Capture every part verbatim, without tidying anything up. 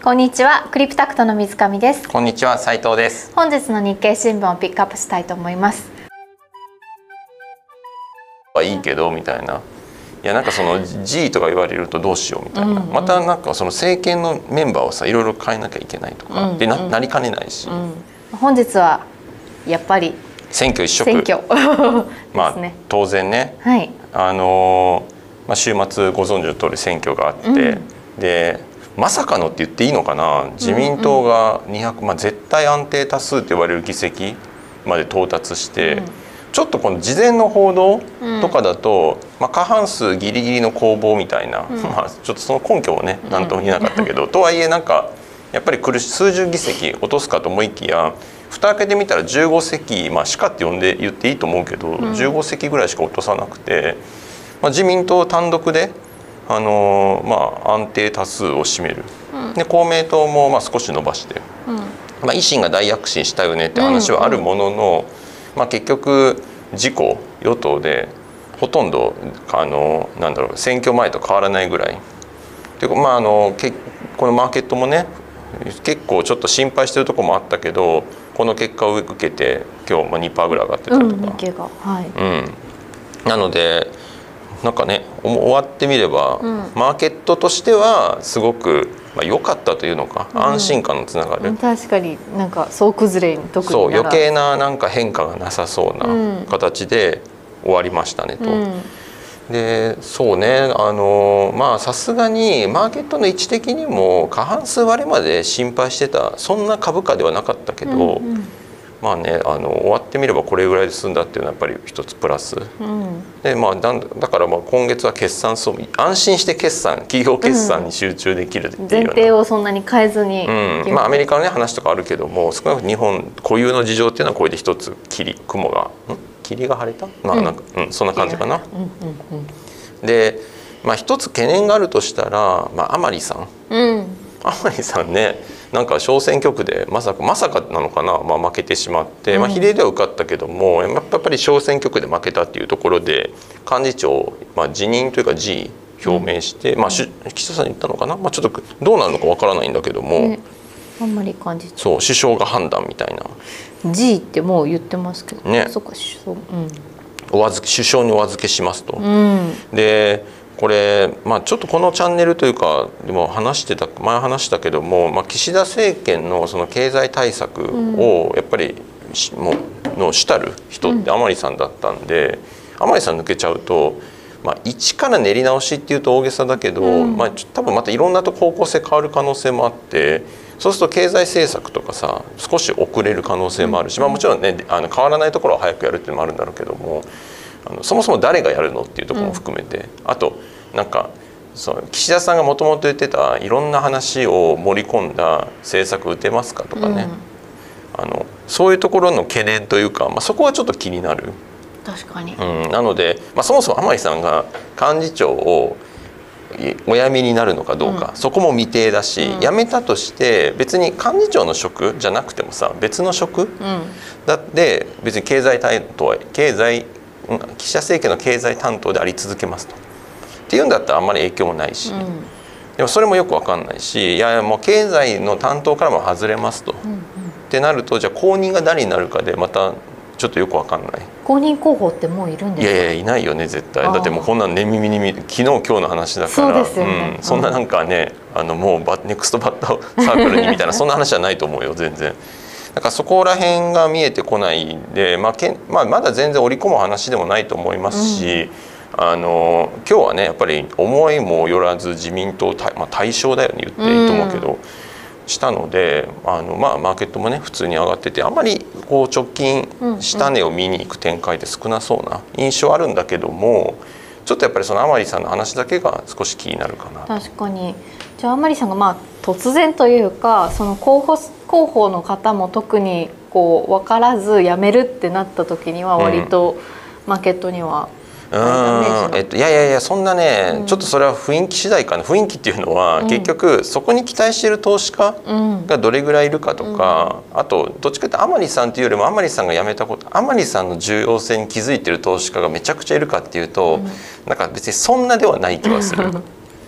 こんにちは、クリプタクトの水上です。 こんにちは、斉藤です。 本日の日経新聞をピックアップしたいと思います。 いいけどみたいな、いやなんかその G とか言われるとどうしようみたいな、うんうん、またなんかその政権のメンバーをさいろいろ変えなきゃいけないとか、うんうん、で な, なりかねないし、うん、 本日はやっぱり選挙一色選挙まあ当然ね、 はい、 あのーまあ、週末ご存知の通り選挙があって、うん、でまさかのって言っていいのかな、自民党がにひゃく、まあ、絶対安定多数と言われる議席まで到達して、うん、ちょっとこの事前の報道とかだと、うん、まあ、過半数ギリギリの攻防みたいな、うん、まあちょっとその根拠もね何とも言えなかったけど、うん、とはいえなんかやっぱり苦し数十議席落とすかと思いきや、蓋開けてみたらじゅうご席、まあ、しかって呼んで言っていいと思うけど、うん、じゅうご席ぐらいしか落とさなくて、まあ、自民党単独で、あのーまあ、安定多数を占める、うん、で公明党もまあ少し伸ばして、うん、まあ、維新が大躍進したよねって話はあるものの、うんうん、まあ、結局自公与党でほとんどあのなんだろう選挙前と変わらないぐらいで、まあ、あのけこのマーケットもね結構ちょっと心配してるところもあったけど、この結果を受けて今日も にパーセント ぐらい上がってたりとか、 うん、日経が、はい、 うん、なのでなんかね終わってみれば、うん、マーケットとしてはすごくまあ良かったというのか、うん、安心感のつながる、 確かになんか総崩れに特にそう余計ななんか変化がなさそうな形で終わりましたねと。うん、でそうね、あのまあさすがにマーケットの位置的にも過半数割れまで心配してたそんな株価ではなかったけど、うんうん、まあね、あの終わってみればこれぐらいで済んだっていうのはやっぱり一つプラス、うん、でまあ、だ, だからまあ今月は決算総務安心して決算企業決算に集中できるっていうような、うん、 前提をそんなに変えずに、 うん、まあ、アメリカの、ね、話とかあるけども少なくとも日本固有の事情っていうのはこれで一つ霧雲がん霧が晴れた、まあなんかうん、そんな感じかな。うんうんうん、で、まあ、一つ懸念があるとしたら、まあ、甘利さん、うん、甘利さんねなんか小選挙区でまさかまさかなのかな、まあ、負けてしまって、まあ、比例では受かったけども、うん、やっぱり小選挙区で負けたっていうところで幹事長、まあ、辞任というか辞意表明して、うん、まあ、岸田さんに言ったのかな、まあ、ちょっとどうなるのかわからないんだけども、ね、 あんまり幹事長そう首相が判断みたいな辞意ってもう言ってますけどね、 そうか首相、うん、 お預け首相にお預けしますと。うん、でこれ、まあ、ちょっとこのチャンネルというかでも話してた前話したけども、まあ、岸田政権のその経済対策をやっぱりもうの主たる人って甘利さんだったんで、うん、甘利さん抜けちゃうと、まあ、一から練り直しっていうと大げさだけど、うん、まあ、多分またいろんなと方向性変わる可能性もあって、そうすると経済政策とかさ少し遅れる可能性もあるし、まあ、もちろんねあの変わらないところは早くやるっていうのもあるんだろうけども。あのそもそも誰がやるのっていうところも含めて、うん、あとなんかその岸田さんがもともと言ってたいろんな話を盛り込んだ政策打てますかとかね、うん、あのそういうところの懸念というか、まあ、そこはちょっと気になる。 確かに、 うん、なので、まあ、そもそも甘利さんが幹事長をお辞めになるのかどうか、うん、そこも未定だし、うん、辞めたとして別に幹事長の職じゃなくてもさ別の職、うん、だって別に経済担当は経済岸田政権の経済担当であり続けますと。っていうんだったらあんまり影響もないし、うん、でもそれもよく分かんないし、いやいやもう経済の担当からも外れますと、うんうん、ってなるとじゃあ後任が誰になるかでまたちょっとよく分かんない。 後任候補ってもういるんですか？ いやいやいないよね絶対。だってもうこんなん寝耳に昨日今日の話だから、 そうですよね、うん、そんななんかねあのもうバネクストバッターサークルにみたいなそんな話じゃないと思うよ全然。だからそこら辺が見えてこないんで、まあけまあ、まだ全然織り込む話でもないと思いますし、うん、あの今日はねやっぱり思いもよらず自民党、まあ、対象だよね言っていいと思うけど、うん、したのであの、まあ、マーケットもね普通に上がっててあんまりこう直近下値を見に行く展開って少なそうな印象あるんだけども、ちょっとやっぱりその甘利さんの話だけが少し気になるかな。 確かに。じゃあ甘利さんがまあ突然というかその候補広報の方も特にこう分からず辞めるってなった時には割とマーケットには、 うん、えっと、いやいやいやそんなね、うん、ちょっとそれは雰囲気次第かな。雰囲気っていうのは、うん、結局そこに期待している投資家がどれぐらいいるかとか、うん、あとどっちかというと甘利さんというよりも甘利さんが辞めたこと甘利さんの重要性に気づいている投資家がめちゃくちゃいるかっていうと、うん、なんか別にそんなではない気はする。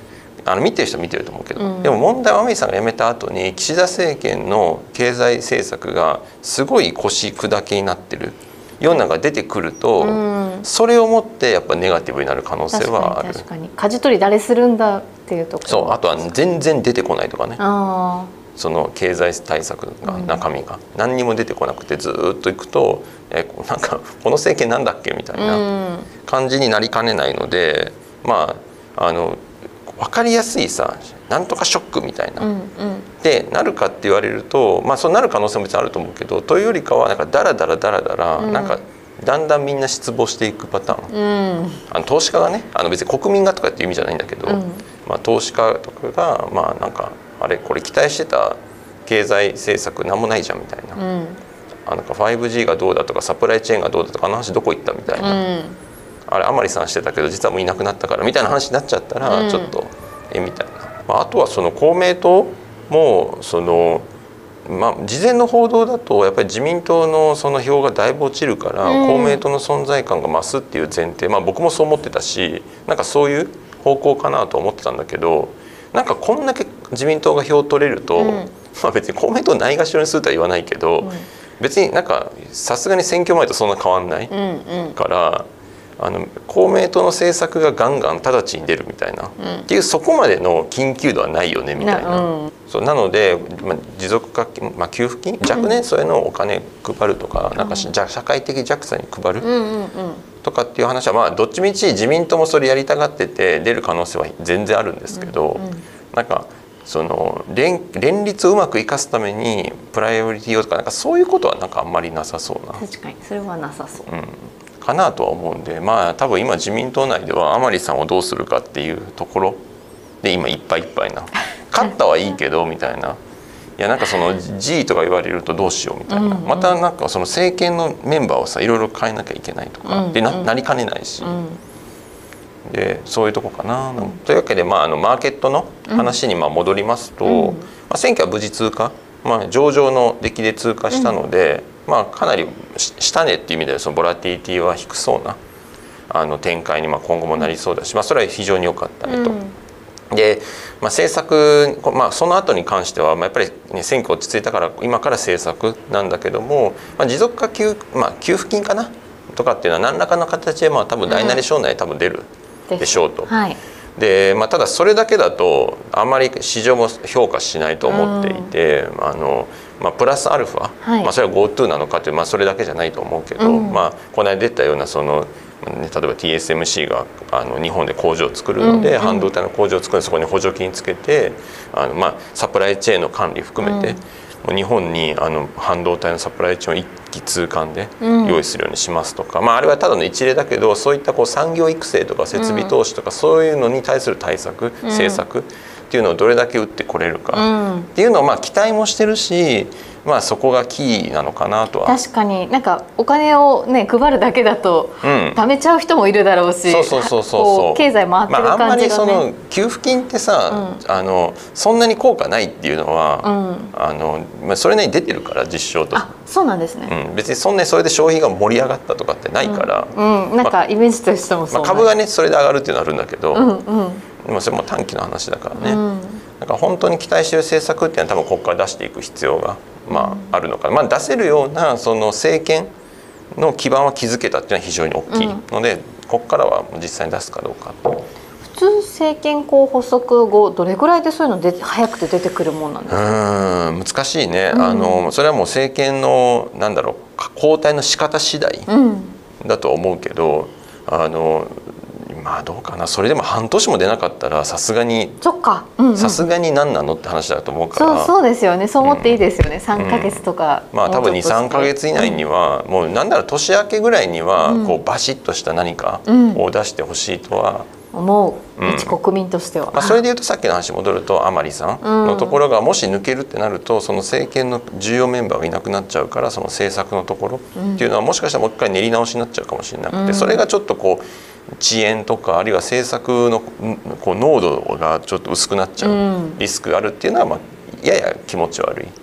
あの見てる人は見てると思うけど、 うん、 でも問題は甘利さんが辞めた後に岸田政権の経済政策がすごい腰砕けになってるようなのが出てくると、うん、それをもってやっぱネガティブになる可能性はある。 確かに確かに。舵取り誰するんだっていうところ。 そう、あとは全然出てこないとかね。 あその経済対策が中身が何にも出てこなくてずっといくと、えなんかこの政権なんだっけみたいな感じになりかねないので、まああの分かりやすいさなんとかショックみたいな、うんうん、でなるかって言われると、まあ、そうなる可能性も別にあると思うけど、というよりかはなんかダラダラダラダラ、うん、なんかだんだんみんな失望していくパターン、うん、あの投資家がね、あの別に国民がとかっていう意味じゃないんだけど、うん、まあ、投資家とかがまあなんかあれこれ期待してた経済政策なんもないじゃんみたいな、うん、あなんか ファイブジー がどうだとかサプライチェーンがどうだとかあの話どこ行ったみたいな。うん、あれ甘利さんしてたけど実はもういなくなったからみたいな話になっちゃったら、うん、ちょっとえみたいな、まあ、あとはその公明党もその、まあ、事前の報道だとやっぱり自民党のその票がだいぶ落ちるから、うん、公明党の存在感が増すっていう前提、まあ、僕もそう思ってたしなんかそういう方向かなと思ってたんだけど、なんかこんだけ自民党が票取れると、うん、まあ、別に公明党ないがしろにするとは言わないけど、うん、別になんかさすがに選挙前とそんな変わんないから。うんうん、あの公明党の政策がガンガン直ちに出るみたいな、うん、っていうそこまでの緊急度はないよねみたいな、な、うん、そうなので、まあ、持続化、まあ、給付金若年層へのお金配るとか、うん、なんか社会的弱者に配るとかっていう話は、まあ、どっちみち自民党もそれやりたがってて出る可能性は全然あるんですけど、うんうん、なんかその 連, 連立をうまく生かすためにプライオリティをとかなんかそういうことはなんかあんまりなさそうな。 確かにそれはなさそう、うんかなとは思うんで、まあ多分今自民党内では甘利さんをどうするかっていうところで今いっぱいいっぱいな勝ったはいいけどみたいな、いやなんかその G とか言われるとどうしようみたいな、またなんかその政権のメンバーをさいろいろ変えなきゃいけないとかで な, なりかねないし、でそういうとこかな。というわけで、まあ、あのマーケットの話にまあ戻りますと、まあ、選挙は無事通過、まあ、上々の出来で通過したので、うん、まあ、かなり下値っていう意味ではそのボラティリティは低そうなあの展開にまあ今後もなりそうだし、まあ、それは非常に良かったねと。うん、で、まあ、政策、まあ、その後に関しては、まあ、やっぱり、ね、選挙落ち着いたから今から政策なんだけども、まあ、持続化給、まあ、給付金かなとかっていうのは何らかの形でまあ多分大なり小なり多分出るでしょうと。うん、はい、でまあ、ただそれだけだとあんまり市場も評価しないと思っていて、うん、あのまあ、プラスアルファ、はい、まあ、それは GoTo なのかという、まあ、それだけじゃないと思うけど、うん、まあ、この間出たようなその、ね、例えば ティーエスエムシー があの日本で工場を作るので、うん、半導体の工場を作るのでそこに補助金つけてあの、まあ、サプライチェーンの管理含めて、うん、日本にあの半導体のサプライチェーンを一気通貫で用意するようにしますとか、うん、まあ、あれはただの一例だけどそういったこう産業育成とか設備投資とか、そういうのに対する対策、うん、政策っていうのをどれだけ打ってこれるかっていうのをまあ期待もしてるし、まあ、そこがキーなのかなとは。 確かになんかお金をね配るだけだと貯めちゃう人もいるだろうし、 そうそうそうそう経済回ってる感じがね、 まあ、あんまりその給付金ってさ、うん、あのそんなに効果ないっていうのは、うん、あのまあ、それなりに出てるから実証と。 あ、そうなんですね、 うん、別にそんなにそれで消費が盛り上がったとかってないから、 うんうん、なんかイメージとしてもそう、 まあ、株がねそれで上がるっていうのはあるんだけど、 うんうん、 でもそれも短期の話だからね、うん、だから本当に期待している政策っていうのは多分ここから出していく必要が、まあ、あるのかな、まあ、出せるようなその政権の基盤は築けたっていうのは非常に大きいので、うん、ここからは実際に出すかどうかと。 普通政権候補発足後どれぐらいでそういうので早くて出てくるもんなんですか？ うん、難しいね、うん、あのそれはもう政権のなんだろう交代の仕方次第だと思うけど、うん、あのまあどうかな、それでも半年も出なかったらさすがにさすがに何なのって話だと思うから、 そうそうですよね、そう思っていいですよね、うん、さんかげつとか、 うん、まあ多分にさんかげつ以内には、うん、もうなんなら年明けぐらいにはこうバシッとした何かを出してほしいとは思う、うん、一国民としては、 まあ、それでいうとさっきの話戻ると甘利さんのところがもし抜けるってなると、その政権の重要メンバーがいなくなっちゃうから、その政策のところっていうのはもしかしたらもう一回練り直しになっちゃうかもしれなくて、うん、それがちょっとこう遅延とかあるいは政策のこう濃度がちょっと薄くなっちゃうリスクがあるっていうのは、まあやや気持ち悪い。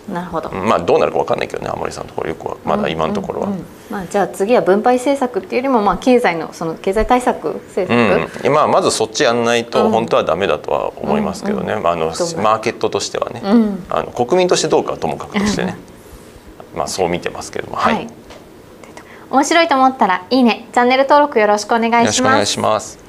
なるほど。 まあどうなるか分かんないけどね、甘利さんのところよくはまだ今のところは。 うんうんうん、まあ、じゃあ次は分配政策っていうよりも、まあ、経済のその経済対策政策、 うん、まあまずそっちやんないと本当はダメだとは思いますけどね、 うんうん、 あのマーケットとしてはね、うん、あの国民としてどうかはともかくとしてね、うん、まあそう見てますけども、はい、はい、 面白いと思ったらいいね、チャンネル登録よろしくお願いします。 よろしくお願いします。